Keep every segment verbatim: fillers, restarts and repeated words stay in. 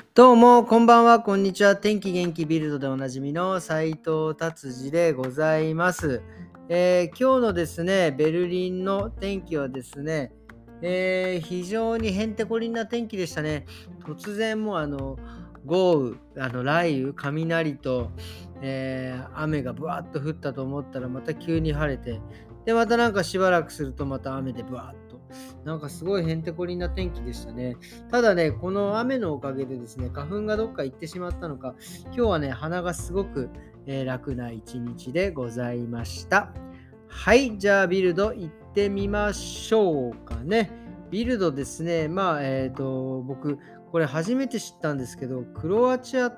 どうも、こんばんは、こんにちは。天気元気ビルドでおなじみの斉藤達治でございます。えー今日のですね、ベルリンの天気はですね、えー非常にへんてこりんな天気でしたね。突然もうあの、豪雨、あの雷雨、雷と、えー雨がブワーッと降ったと思ったらまた急に晴れて、で、またなんかしばらくするとまた雨でブワーッと。なんかすごいへんてこりんな天気でしたね。ただね、この雨のおかげでですね、花粉がどっか行ってしまったのか、今日はね、鼻がすごく、えー楽な一日でございました。はい、じゃあビルド行ってみましょうかね。ビルドですね、まあ、えっ、と、僕、これ初めて知ったんですけど、クロアチアって、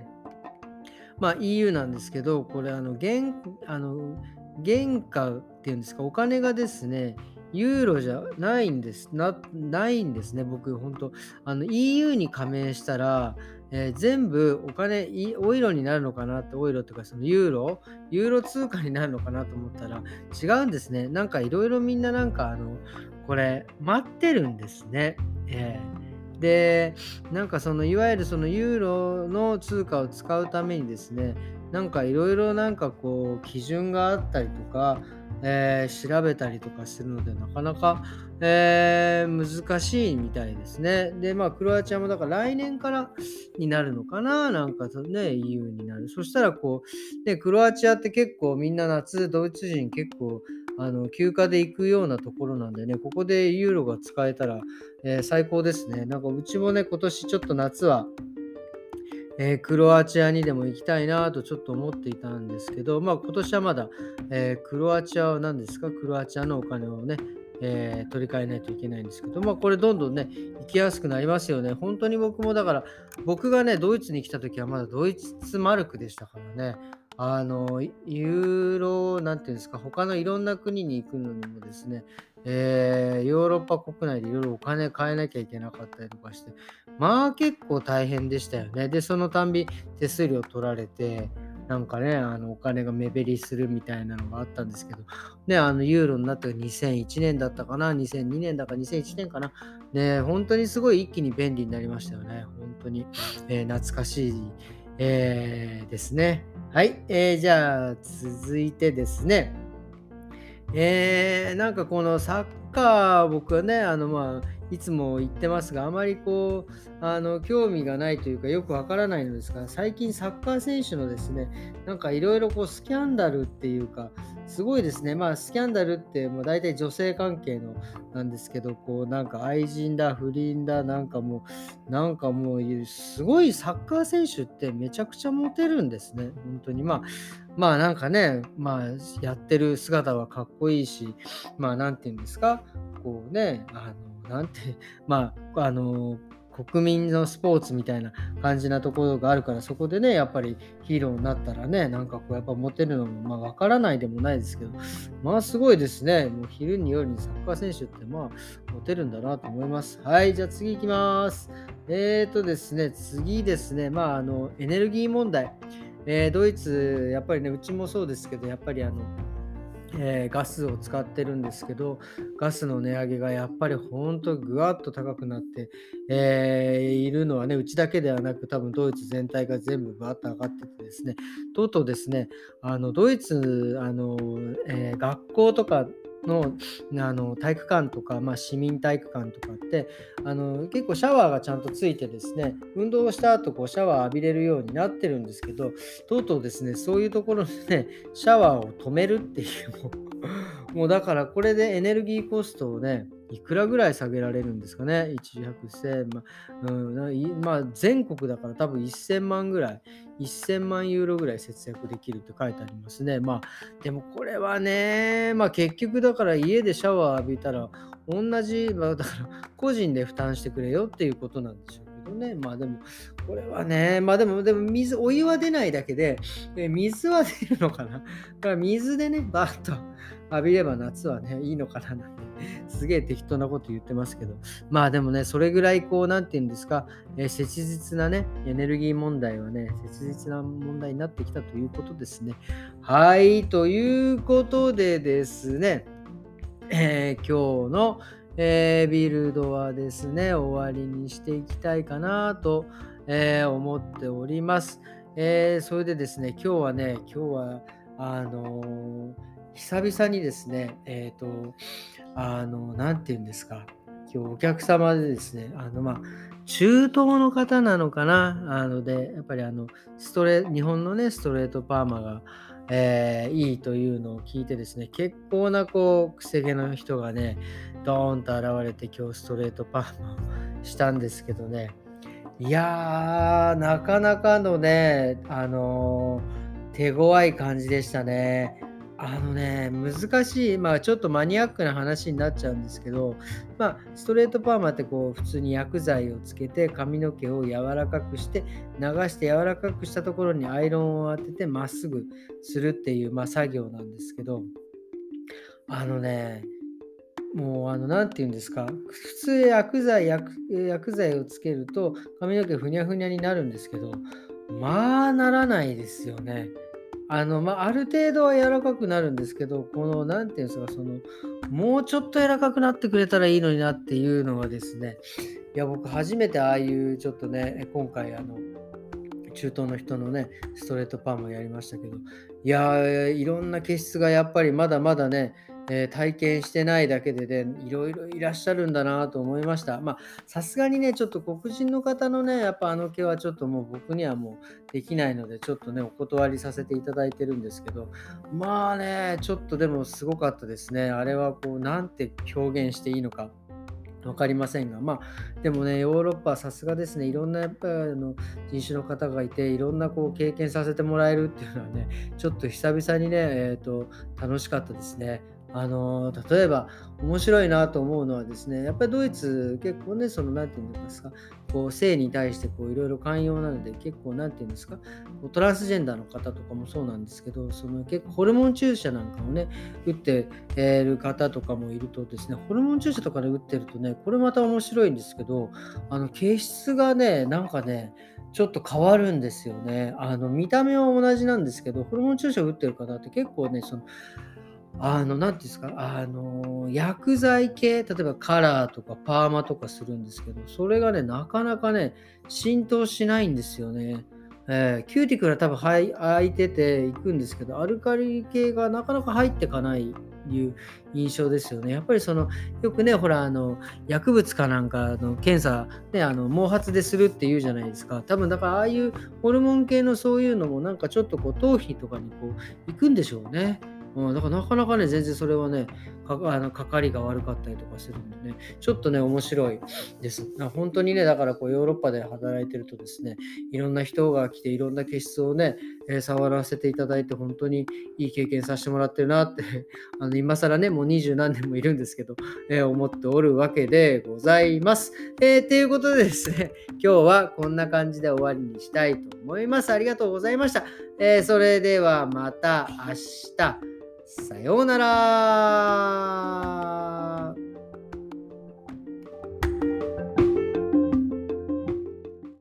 まあ、イーユー なんですけど、これあの原あの原価っていうんですか、お金がですね、ユーロじゃないんです。なないんですね。僕本当あの イーユー に加盟したら、えー全部お金いオイロになるのかなって、オイロとかそのユーロ、ユーロ通貨になるのかなと思ったら違うんですね。なんかいろいろみんななんかあのこれ待ってるんですね。えーで、なんかそのいわゆるそのユーロの通貨を使うためにですね、なんかいろいろなんかこう基準があったりとか、えー調べたりとかするのでなかなか、えー難しいみたいですね。で、まあクロアチアもだから来年からになるのかな、なんかとね、イーユー になる。そしたらこう、ね、クロアチアって結構みんな夏、ドイツ人結構あの休暇で行くようなところなんでね、ここでユーロが使えたら、えー最高ですね。なんかうちもね、今年ちょっと夏は、えークロアチアにでも行きたいなとちょっと思っていたんですけど、まあ今年はまだ、えークロアチアは何ですか、クロアチアのお金をね、えー取り替えないといけないんですけど、まあこれどんどんね、行きやすくなりますよね。本当に僕もだから、僕がね、ドイツに来た時はまだドイツマルクでしたからね。あの、ユーロ、なんていうんですか、他のいろんな国に行くのにもですね、えーヨーロッパ国内でいろいろお金変えなきゃいけなかったりとかして、まあ結構大変でしたよね。で、そのたんび手数料取られて、なんかね、あのお金が目減りするみたいなのがあったんですけど、ね、あのユーロになったのがにせんいちねんだったかな、にせんにねんだかにせんいちねんかな。ね、本当にすごい一気に便利になりましたよね。本当に、えー懐かしい、えーですね。はい、えーじゃあ続いてですね、えー、なんかこのサッカー、僕はね、あの、まあ、いつも言ってますが、あまりこう、あの、興味がないというか、よくわからないのですが、最近サッカー選手のですね、なんかいろいろこう、スキャンダルっていうか、すごいですね。まあ、スキャンダルって、もう大体女性関係のなんですけど、こう、なんか愛人だ、不倫だ、なんかもう、なんかもう、すごいサッカー選手ってめちゃくちゃモテるんですね。本当に。まあ、まあなんかね、まあやってる姿はかっこいいし、まあなんて言うんですか、こうね、あの、なんて、まあ、あの、国民のスポーツみたいな感じなところがあるから、そこでね、やっぱりヒーローになったらね、なんかこう、やっぱモテるのも、まあわからないでもないですけど、まあすごいですね。もう昼に夜にサッカー選手ってまあモテるんだなと思います。はい、じゃあ次行きます。えーとですね、次ですね、まああの、エネルギー問題。えードイツ、やっぱりね、うちもそうですけど、やっぱりあの、えーガスを使ってるんですけど、ガスの値上げがやっぱりほんとぐわっと高くなって、えーいるのはね、うちだけではなく、多分ドイツ全体が全部バーッと上がっててですね、とうとうですね、あのドイツ、あの、えー学校とかのあの体育館とか、まあ、市民体育館とかってあの結構シャワーがちゃんとついてですね、運動をした後こうシャワー浴びれるようになってるんですけど、とうとうですね、そういうところでね、シャワーを止めるっていう、もう、もうだからこれでエネルギーコストをね、いくらぐらい下げられるんですかね。一百千、まあ、うん、ないまあ、全国だから多分せんまんぐらい、せんまんユーロぐらい節約できるって書いてありますね。まあ、でもこれはね、まあ結局だから家でシャワー浴びたら、同じ、まあだから個人で負担してくれよっていうことなんでしょうけどね。まあでも、これはね、まあでも、でも水、お湯は出ないだけで、え水は出るのかな。だから水でね、バーッと浴びれば夏はね、いいのかななんて、すげえ適当なこと言ってますけど、まあでもね、それぐらいこう、なんて言うんですか、えー切実なね、エネルギー問題はね、切実な問題になってきたということですね。はい、ということでですね、えー今日の、えービルドはですね、終わりにしていきたいかなと、 えー思っております。えーそれでですね、今日はね、今日は、あのー久々にですね、えっと、あの、なんて言うんですか、今日お客様でですね、あの、まあ、中東の方なのかな、あので、やっぱりあの、ストレ日本のね、ストレートパーマが、えーいいというのを聞いてですね、結構なこう、くせ毛の人がね、ドーンと現れて、今日ストレートパーマをしたんですけどね、いやー、なかなかのね、あの、手強い感じでしたね。あのね、難しい、まあ、ちょっとマニアックな話になっちゃうんですけど、まあ、ストレートパーマってこう普通に薬剤をつけて髪の毛を柔らかくして流して柔らかくしたところにアイロンを当ててまっすぐするっていう、まあ、作業なんですけど、あのね、もうあの、なんて言うんですか、普通薬剤薬薬剤をつけると髪の毛ふにゃふにゃになるんですけど、まあ、ならないですよね。あの、まあ、ある程度は柔らかくなるんですけど、このなんていうんですか、その、もうちょっと柔らかくなってくれたらいいのになっていうのがですね、いや、僕初めてああいうちょっとね、今回あの中東の人のね、ストレートパーマやりましたけど、いやー、いろんな毛質がやっぱりまだまだね、えー体験してないだけでね、いろいろいらっしゃるんだなと思いました。まあ、さすがにね、ちょっと黒人の方のね、やっぱあの毛はちょっともう僕にはもうできないので、ちょっとね、お断りさせていただいてるんですけど、まあね、ちょっとでもすごかったですね。あれはこう、なんて表現していいのか。わかりませんが、まあ、でもね、ヨーロッパはさすがですね、いろんなやっぱりあの人種の方がいて、いろんなこう経験させてもらえるっていうのはね、ちょっと久々にね、えっと、楽しかったですね。あの、例えば面白いなと思うのはですね、やっぱりドイツ結構ね、そのなんていうんですか、こう性に対してこういろいろ寛容なので、結構なんていうんですか、こうトランスジェンダーの方とかもそうなんですけど、その結構ホルモン注射なんかをね、打ってえーる方とかもいるとですね、ホルモン注射とかで打ってるとね、これまた面白いんですけど、あの、毛質がね、なんかね、ちょっと変わるんですよね。あの、見た目は同じなんですけど、ホルモン注射を打ってる方って結構ね、その、あの、なんていうんですか、あの、薬剤系、例えばカラーとかパーマとかするんですけど、それがね、なかなかね、浸透しないんですよね。えーキューティクルは多分はい開いてていくんですけど、アルカリ系がなかなか入ってかないいう印象ですよね。やっぱりその、よくね、ほら、あの、薬物かなんかの検査、ね、あの、毛髪でするって言うじゃないですか。多分だからああいうホルモン系のそういうのもなんかちょっとこう頭皮とかにこう行くんでしょうね。うん、だからなかなかね、全然それはね、かあの、かかりが悪かったりとかするんでね、ちょっとね、面白いです。な本当にね、だからこうヨーロッパで働いてるとですね、いろんな人が来て、いろんな毛質をね、えー触らせていただいて、本当にいい経験させてもらってるなって、あの、今更ね、もう二十何年もいるんですけど、えー思っておるわけでございます。えー、ということでですね、今日はこんな感じで終わりにしたいと思います。ありがとうございました。えーそれではまた明日。さようなら。